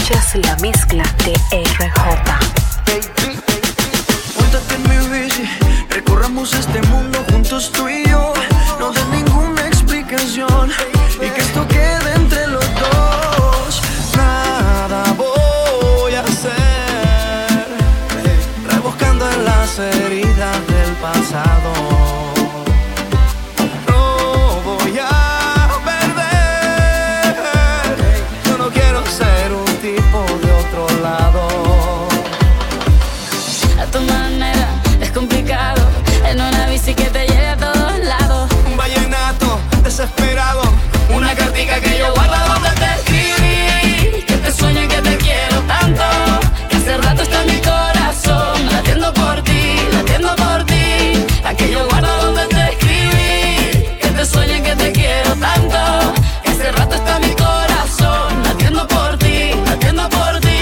Escuchas la mezcla de RJ. Móntate en mi bici, recorramos este mundo juntos tú y yo. No des ninguna explicación y que esto quede entre los dos. Nada voy a hacer, rebuscando en las heridas del pasado. No voy a perder, yo no quiero ser un tipo de otro lado. A tu manera es complicado, en una bici que te lleve a todos lados. Un vallenato desesperado, una cartica que yo guardo donde te escribí. Que te sueño y que te quiero tanto, que hace rato está en mi corazón, latiendo por ti, latiendo por ti. Aquello guardo donde te escribí. Que te sueño y que te quiero tanto, que hace rato está en mi corazón, latiendo por ti, latiendo por ti.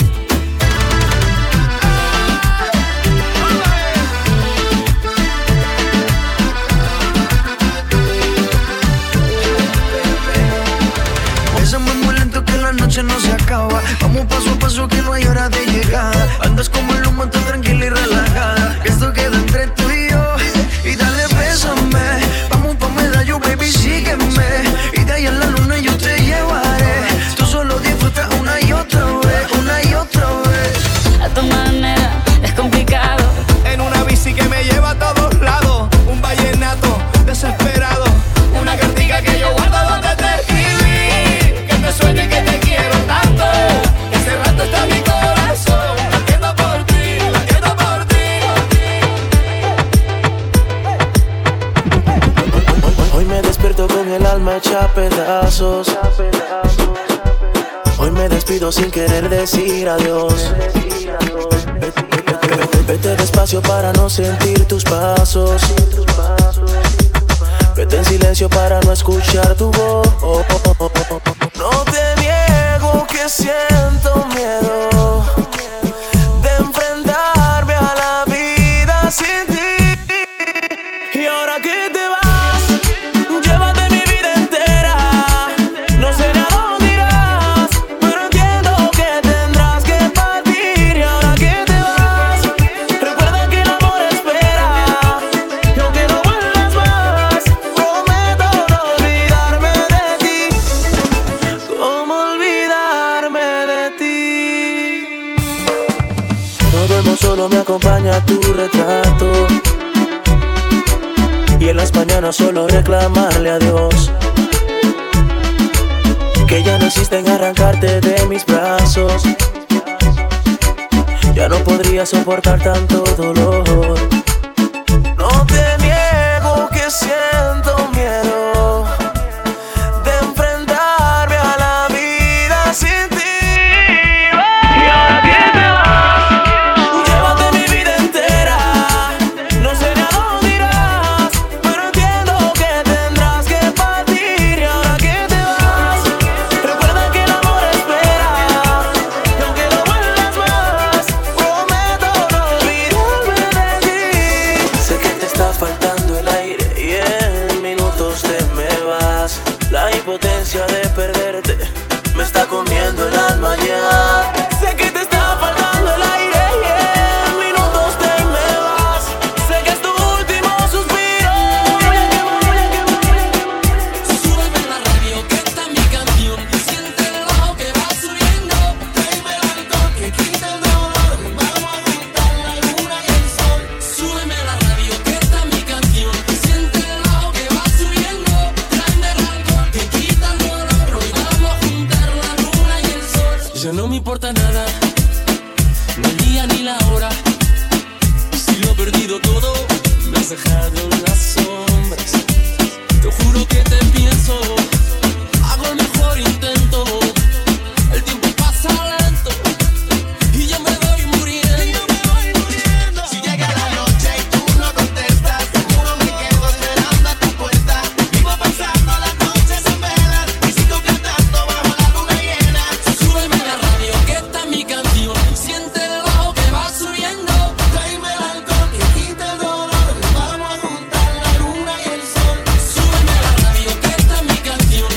Besame muy lento que la noche no se acaba. Vamos paso a paso que no hay hora de llegada. Andas como el humo, tan tranquila y relajada. Que esto queda entre tú y yo. Y dale, bésame. Vamos pa' medallo, baby, sígueme. Y de ahí en la luna yo te llevaré. Tú solo disfrutas una y otra vez, una y otra vez. A tu manera es complicado, En una bici que me lleva a todos lados. Un vallenato desesperado, una cartica que yo guardo donde te escribí. Que te sueño y que te quiero tanto, que hace rato está mi corazón latiendo por ti, latiendo por ti. Hoy me despierto con el alma hecha pedazos. Hoy me despido sin querer decir adiós. Vete despacio para no sentir tus pasos. Vete en silencio para no escuchar tu voz. No te niego que siento miedo de enfrentarme a la vida sin ti. Y ahora que te vas, llévate mi vida entera. No sé a dónde irás, pero entiendo que tendrás que partir. Y ahora que te vas, recuerda que el amor espera. Y aunque no vuelvas más, prometo no olvidarme de ti. ¿Cómo olvidarme de ti? No duermo solo, me acompaña tu retrato. Y en las mañanas solo reclamarle a Dios que ya no insisten en arrancarte de mis brazos. Ya no podría soportar tanto dolor. No te niego que siento miedo de enfrentarme a la vida sin ti. Y ahora que te vas, llévate mi vida entera. No sé ni a dónde irás, pero entiendo que tendrás que partir. Y ahora que te vas, recuerda que el amor espera. Y aunque no vuelvas más, prometo no olvidarme de ti. Sé que te está faltando el aire y en minutos te me vas. La impotencia de perderte me está comiendo el alma ya. Sé que te está faltando el aire y en minutos te me vas. Sé que es tu último suspiro. Súbeme la radio que está mi canción. Siente el bajo que va subiendo. Tráeme el alcohol que quita el dolor. Vamos a juntar la luna y el sol. Súbeme la radio que está mi canción. Siente el bajo que va subiendo. Tráeme el alcohol que quita el dolor. Hoy vamos a juntar la luna y el sol. Ya no me importa nada, ni el día ni la hora. Si lo he perdido todo, me has dejado en las sombras. Te juro que te pienso, hago el mejor intento. El tiempo pasa lento y yo me voy muriendo. Si llega la noche y tú no contestas, seguro me quedo esperando a tu puerta. Vivo pasando las noches en velas y sigo cantando bajo la luna llena. Súbeme la radio que está mi canción. Siente el bajo que va subiendo. Tráeme el alcohol que quita el dolor. Vamos a juntar la luna y el sol. Súbeme la radio que está mi canción.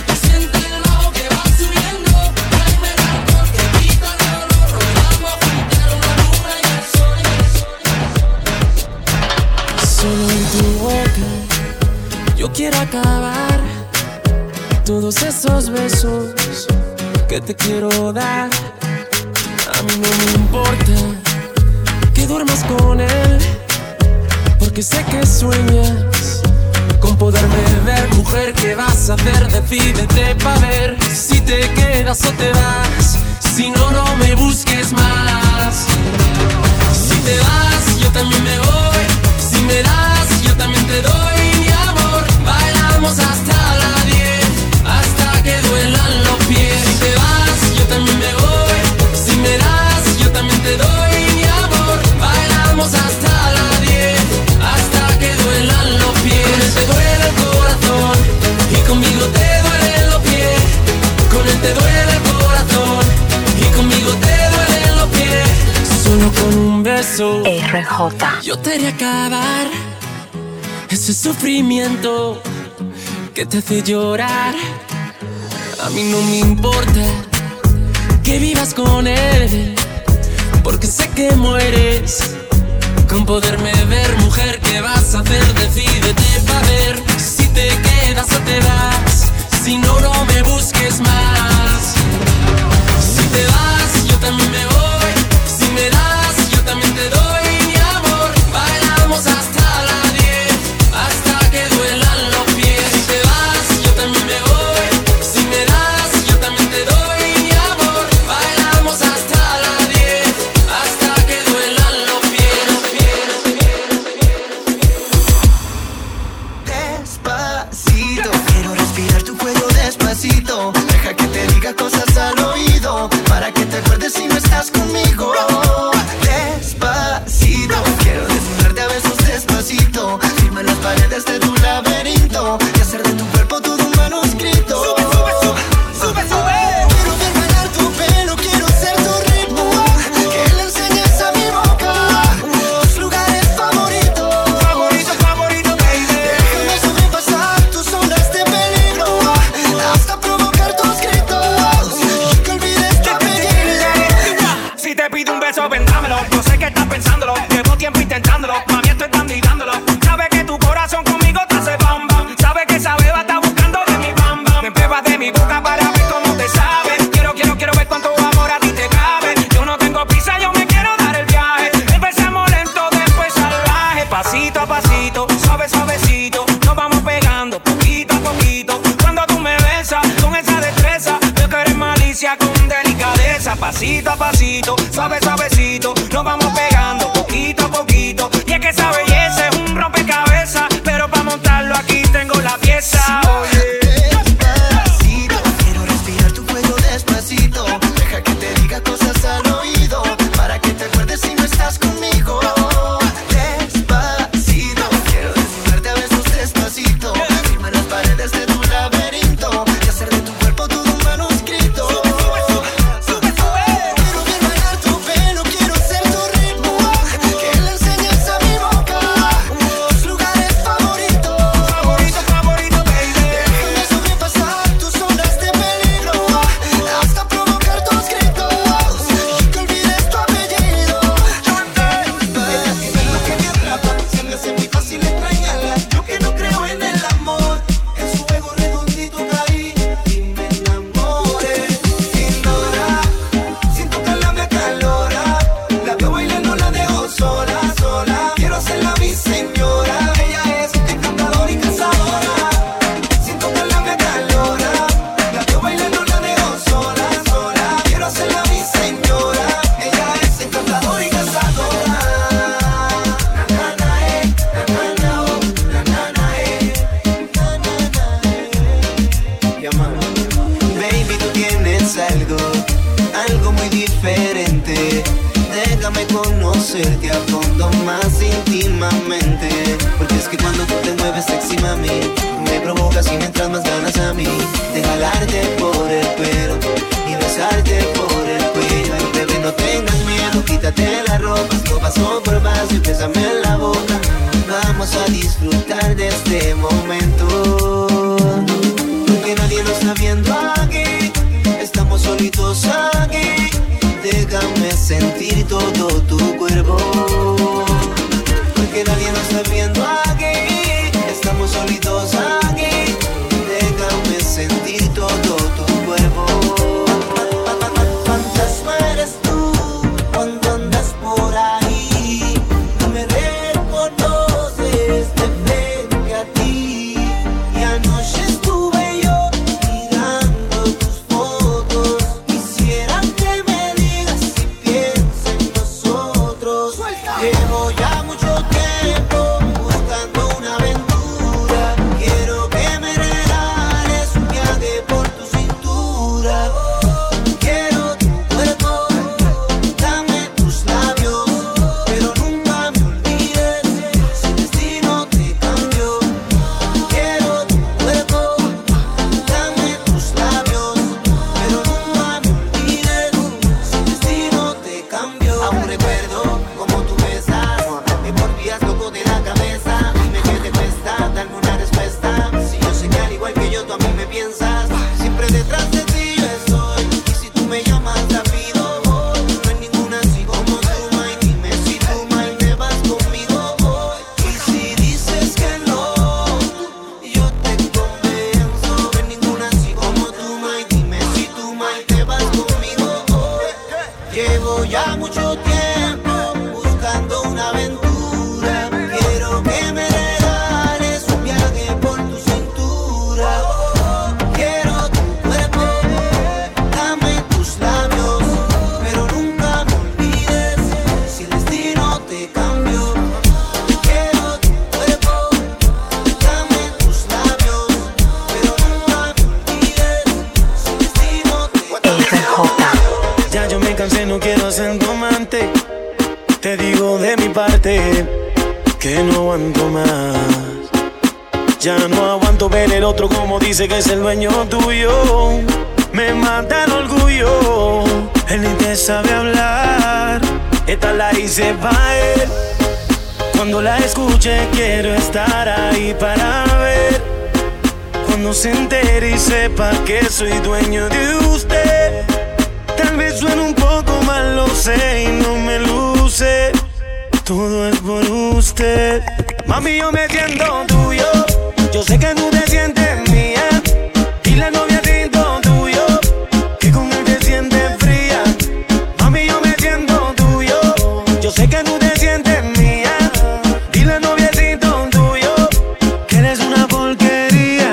quiero acabar todos esos besos que te quiero dar. A mí no me importa que duermas con él, porque sé que sueñas con poderme ver. Mujer, ¿qué vas a hacer? Decídete pa' ver si te quedas o te vas. Si no, no me busques más. Si te vas, yo también me voy. Si me das, yo también te doy mi amor. Bailamos hasta las 10, hasta que duelan los pies. Si te vas, yo también me voy. Si me das, yo también te doy mi amor. Bailamos hasta las 10, hasta que duelan los pies. Con él te duele el corazón y conmigo te duelen los pies. Con él te duele el corazón y conmigo te duelen los pies. Solo con un beso RJ. yo te haré acabar ese sufrimiento que te hace llorar. A mí no me importa que vivas con él, porque sé que mueres con poderme ver. Mujer, ¿qué vas a hacer? Decídete pa' ver si te quedas o te vas. Si no, no me busques más. Si te vas, yo también me voy. Si me das, yo también te doy mi amor. Bailamos hasta las 10, hasta que duelan los pies. Si te vas, yo también me voy. Si me das, yo también te doy mi amor. Bailamos hasta las 10, hasta que duelan los pies. Despacito, quiero respirar tu cuello despacito. Deja que te diga cosas al oído, para que te acuerdes si no estás conmigo. Despacito, quiero desnudarte a besos despacito. Firma las paredes de tu laberinto y hacer de tu cuerpo todo un manuscrito. Sube, sube, sube, sube, sube. Quiero ver bailar tu pelo, quiero ser tu ritmo. Que le enseñes a mi boca tus lugares favoritos. Favorito, favorito, baby. Déjame sobrepasar tus zonas de peligro, hasta provocar tus gritos y que olvides tu apellido. Si te pido un beso, vendámelo. Yo sé que estás pensándolo. Llevo tiempo intentándolo. Mami, estoy dando y dándolo. Sabes que tu corazón conmigo te hace bam bam. Sabes que esa beba está buscando de mi bam bam. Me pruebas de mi boca para ver cómo te sabe. Quiero ver cuánto amor a ti te cabe. Yo no tengo prisa, yo me quiero dar el viaje. Empezamos lento, después salvaje. Pasito a pasito, suave, suavecito. Nos vamos pegando poquito a poquito. Cuando tú me besas con esa destreza, veo que eres malicia con delicadeza. Pasito a pasito, suave, suavecito. Nos vamos pegando poquito a poquito. Y es que esa belleza es un rompecabezas, pero para montarlo aquí tengo la pieza. Oye. Despacito, quiero respirar tu cuello despacito. Deja que te diga cosas al oído, para que te acuerdes si no estás conmigo. Despacito, quiero desnudarte a besos despacito. Firma las paredes de tu laberinto y hacer de tu cuerpo todo un manuscrito. Sube, sube. Quiero ver bailar tu pelo, quiero ser tu ritmo. Que le enseñes a mi boca tus lugares favoritos. Favorito, favorito, baby. Déjame sobrepasar tus zonas de peligro, hasta provocar tus gritos y que olvides tu apellido. Lo que me atrapa, se me hace muy fácil extrañarla. Yo que no creo en el amor, en su juego redondito caí y me enamoré. Ignora, sin tocarla me acalora. La veo bailando, la dejo sola, sola. Quiero hacerla mi señora. Ella es encantadora y cazadora. Sin tocarla me acalora. La veo bailando, la dejo sola, sola. Quiero hacerla mi señora. Ella es encantadora y cazadora. Baby, tú tienes algo muy diferente. Déjame conocerte a fondo más íntimamente. Porque es que cuando tú te mueves sexy, mami, me provocas y me entras más ganas a mí de jalarte por el pelo y besarte por el cuello. Ay, bebé, no tengas miedo, quítate la ropa, esto paso por paso y bésame en la boca. Vamos a disfrutar de este momento, porque nadie lo está viendo aquí. Estamos solitos aquí. Déjame sentir todo tu cuerpo, porque nadie nos está viendo aquí. Estamos solitos aquí. Llevo ya mucho tiempo buscando una aventura. Quiero que me regales un viaje por tu cintura. Quiero tu cuerpo, dame tus labios, pero nunca me olvides si el destino te cambió. Quiero tu cuerpo, dame tus labios, pero nunca me olvides si el destino te cambió. Ya yo me cansé, no quiero ser tu amante. Te digo de mi parte que no aguanto más. Ya no aguanto ver el otro como dice que es el dueño tuyo. Me mata el orgullo, él ni te sabe hablar. Esta la hice pa' él. Cuando la escuche quiero estar ahí para ver. Cuando se entere y sepa que soy dueño de usted. Tal vez suene un poco mal, lo sé, y no me luce. Todo es por usted. Mami, yo me siento tuyo. Yo sé que tú te sientes mía. Y la novia siento tuyo, que con él te sientes fría. Mami, yo me siento tuyo. Yo sé que tú te sientes mía. Y la novia siento tuyo, que eres una porquería.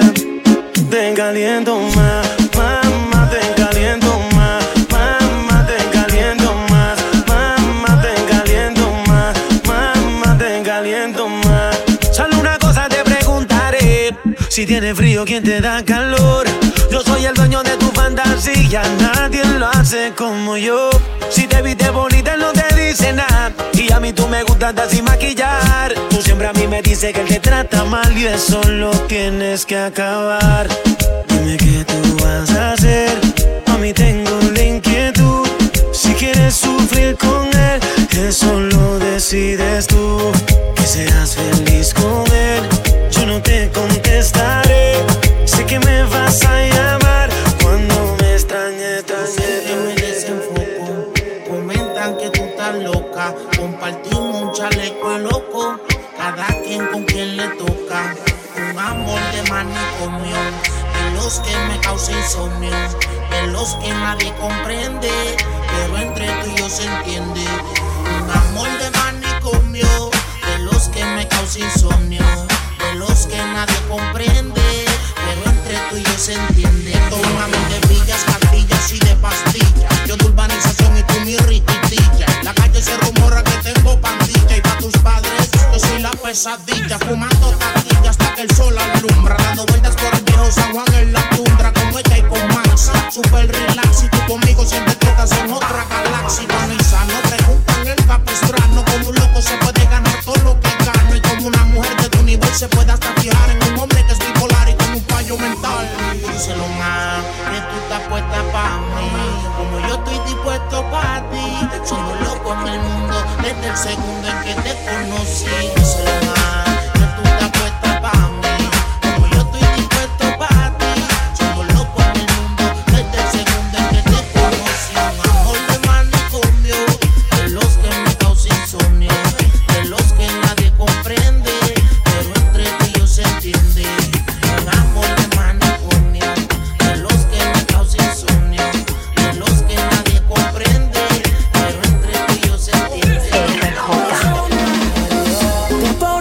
Te caliento más, mamá, te caliento más. Mamá, te caliento más. Mamá, te caliento más. Mamá, te caliento más. Solo una cosa te preguntaré: si tienes frío, ¿quién te da calor? Yo soy el dueño de tu fantasía, nadie lo hace como yo. Si te viste bonita, él no te dice nada. Y a mí tú me gustas andar sin maquillar. Tú siempre a mí me dices que él te trata mal y eso lo tienes que acabar. Dime qué tú vas a hacer. A mí tengo la inquietud. Si quieres sufrir con él, eso lo decides tú. Que seas feliz con él, yo no te contestaré. Sé que me vas a llamar cuando me extrañe, Que me desenfoco, comentan que tú estás loca. Compartimos un chaleco de loco, cada quien con quien le toca. Un amor de manicomio, de los que me causa insomnio, de los que nadie comprende, pero entre tú y yo se entiende. Un amor de manicomio, de los que me causa insomnio, de los que nadie comprende, pero entre tú y yo se entiende. Todo un amor de villas, castillas y de pastillas. Yo de urbanización y tú mi riquitilla. La calle se rumora que tengo pandilla. Y pa' tus padres yo soy la pesadilla. Fumando taquilla hasta que el sol alumbra. Dando vueltas por el viejo San Juan en la tundra. Con ella y con Max, super relax. Y tú conmigo siempre tú estás en otra galaxia. Vanessa, no preguntan el capistrano. Como un loco se puede ganar todo lo que gano. Y como una mujer de tu nivel se puede hasta fijar en un hombre que es bipolar y con un fallo mental. Díselo más, que tú estás puesta pa' mí, como yo estoy dispuesto pa' ti. Somos locos en el mundo desde el segundo en que te conocí. Díselo más, que tú estás puesta pa' mí, como yo estoy dispuesto pa' ti. Somos locos en el mundo desde el segundo en que te conocí. Un amor de manicomio, de los que me causa insomnio, de los que nadie comprende, pero entre tú y yo se entiende. Un amor de manicomio, de los que me causa insomnio, de los que nadie comprende, pero entre tú y yo se entiende. RJ.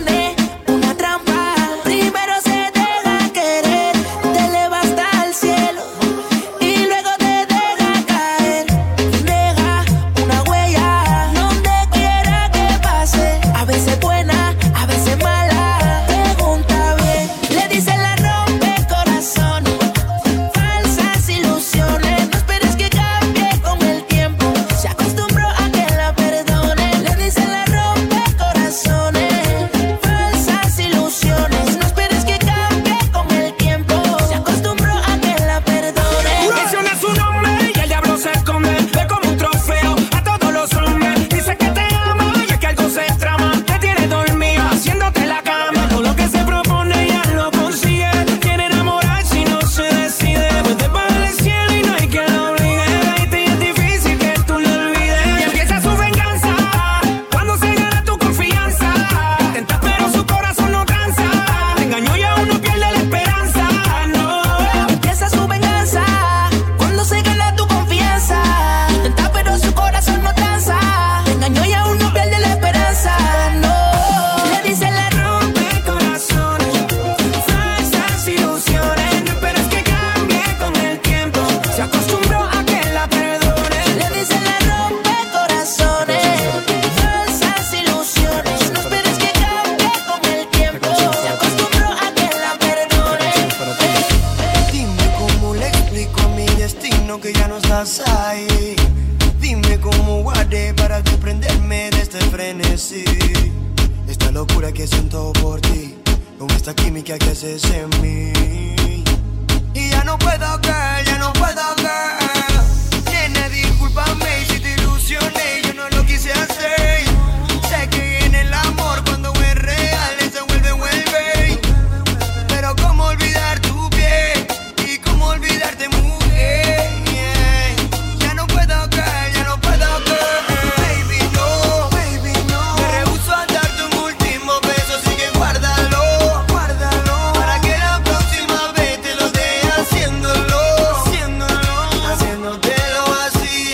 química que siento por ti, con esta química que haces en mí. Y ya no puedo, girl, ya no puedo, girl. Nena, discúlpame si te ilusioné, yo no lo quise hacer. Sé que en el amor cuando es real se vuelve. Pero cómo olvidar tu piel y cómo olvidarte, mujer. Ya no puedo, girl, ya no puedo, girl. Baby, no, me rehúso a darte un último beso, así que guárdalo, para que la próxima vez te lo dé haciéndolo, haciéndotelo así,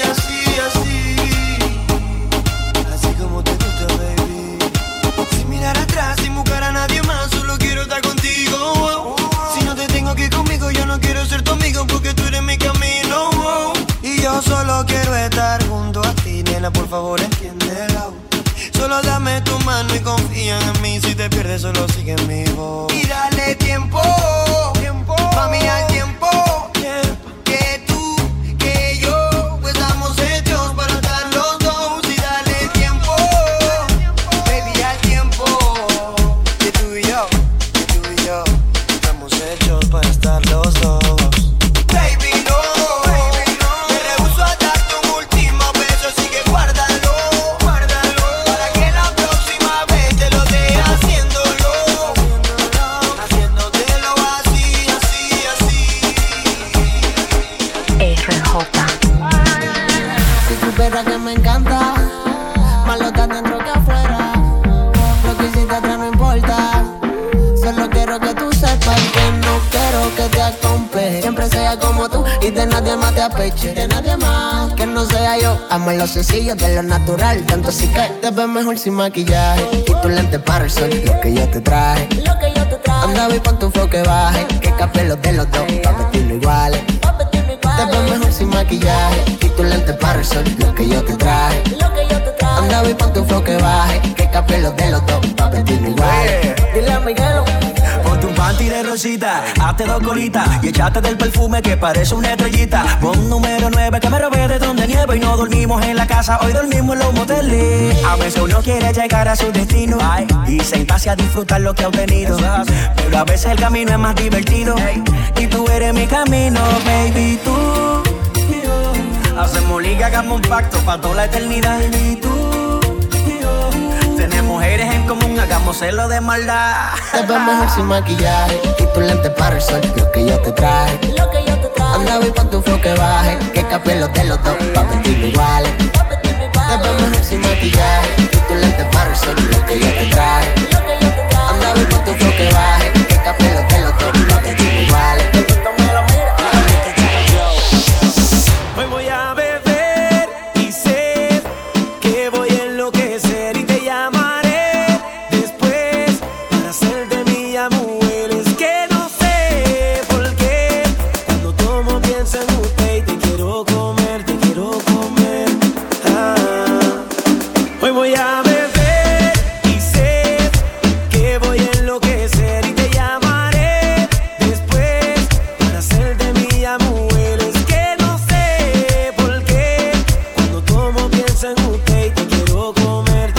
así como te gusta, baby. Sin mirar atrás, sin buscar a nadie más, solo quiero estar contigo. Si no te tengo aquí conmigo, yo no quiero ser tu amigo, porque tú eres mi camino. Y yo solo quiero estar junto a ti, nena, por favor entiéndelo. Solo dame tu mano y confía en mí. Si te pierdes, solo sigue mi voz. Y dale tiempo, mami, al tiempo. Que tú, que yo, pues estamos hechos para estar los dos. Y dale tiempo, baby, al tiempo. Que tú y yo, estamos hechos para estar los dos. Baby, no, me rehúso a darte un último beso, así que guárdalo, para que la próxima vez te lo dé haciéndotelo así. RJ. Si supieras que me encanta, más lo estás dentro que afuera. Lo que hiciste atrás no importa, solo quiero que tú sepas que no quiero que te acompleje. Siempre sea como tú y de nadie más te apeche. De nadie más que no sea yo. Amo lo sencillo de lo natural, tanto así que te ves mejor sin maquillaje. Y tu lente para el sol, lo que yo te traje. Anda, vi pon tu flow que baje, que capé los de los dos, pa' vestirlo iguales. Te ves mejor sin maquillaje. Y tu lente para el sol, lo que yo te traje. Anda, vi pon tu flow que baje, que capé los de los dos, pa' vestirlo iguales. Dile a Miguelo. Ponte un panty de rosita, hazte 2 colitas y echate del perfume que parece una estrellita. Pon número 9 que me robé de donde nieve y no dormimos en la casa, hoy dormimos en los moteles. A veces uno quiere llegar a su destino y sentarse a disfrutar lo que ha obtenido, pero a veces el camino es más divertido y tú eres mi camino, baby, tú y yo. Hacemos liga, hagamos un pacto pa' toda la eternidad, baby, tú y yo. Tenemos mujeres en común, hagámoselo de maldad. Te ves mejor sin maquillaje y tu lente para el sol, lo que yo te traje. Anda, vi pon tu flow que baje, que capé los de los dos, pa' vestirlo iguales. Te ves mejor sin maquillaje y tu lente para el sol, lo que yo te traje. Anda, vi pon tu flow que baje, que capé los de los dos, pa' vestirlo iguales. Hoy voy a beber y sé que voy a enloquecer y te llamaré después para hacerte mi amor. Es que no sé por qué cuando tomo pienso en usted y te quiero comer, Hoy voy a beber y sé que voy a enloquecer y te llamaré después para hacerte mi amor. Es que no sé por qué cuando tomo pienso en usted y te quiero comer,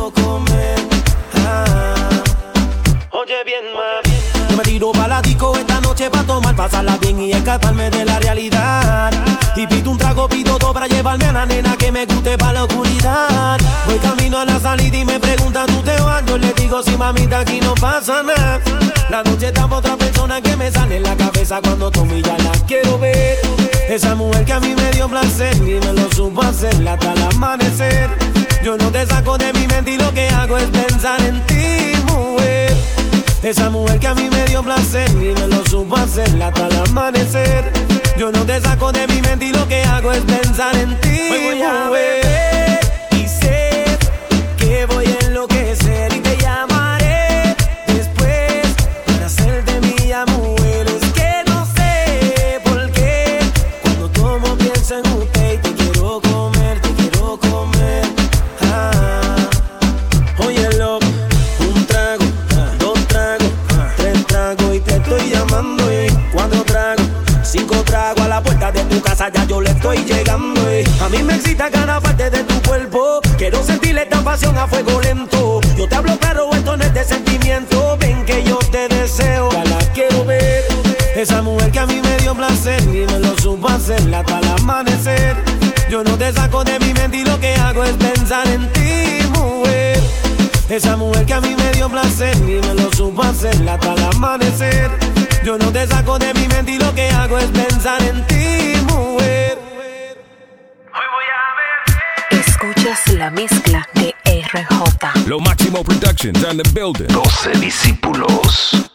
Oye bien, mami, yo me tiro pa' la disco esta noche pa' tomar, pasarla bien y escaparme de la realidad. Y pido un trago, pido todo para llevarme a la nena que me guste pa' la oscuridad. Voy camino a la salida y me preguntan, ¿tú te vas? Yo le digo, sí, mamita, aquí no pasa nada. La noche está pa' otra persona que me sale en la cabeza cuando tomo y ya la quiero ver. Esa mujer que a mí me dio placer y me lo supo hacer hasta el amanecer. Yo no te saco de mi mente y lo que hago es pensar en ti, mujer. Esa mujer que a mí me dio placer y me lo supo hacer hasta el amanecer. Yo no te saco de mi mente y lo que hago es pensar en ti. Hoy voy a beber y sé que voy a enloquecer y te llamaré después para hacerte mi amor. Es que no sé por qué cuando tomo pienso en usted y te quiero comer, Oye, loco, un trago, 2 tragos, 3 tragos y te estoy llamando, 4 tragos, 5 tragos a la puerta de tu casa, ya yo le estoy llegando. A mí me excita cada cada parte de tu cuerpo. Quiero sentirle esta pasión a fuego lento. Yo te hablo claro, esto no es de sentimiento. Ven que yo te deseo, ya la quiero ver. Esa mujer que a mí me dio placer y me lo supo hacer hasta el amanecer. Yo no te saco de mi mente y lo que hago es pensar en ti, mujer. Esa mujer que a mí me dio placer y me lo supo hacer hasta el amanecer. Yo no te saco de mi mente y lo que hago es pensar en ti, mujer. Escuchas la mezcla de RJ. Lo Máximo Productions and the building. 12 discípulos.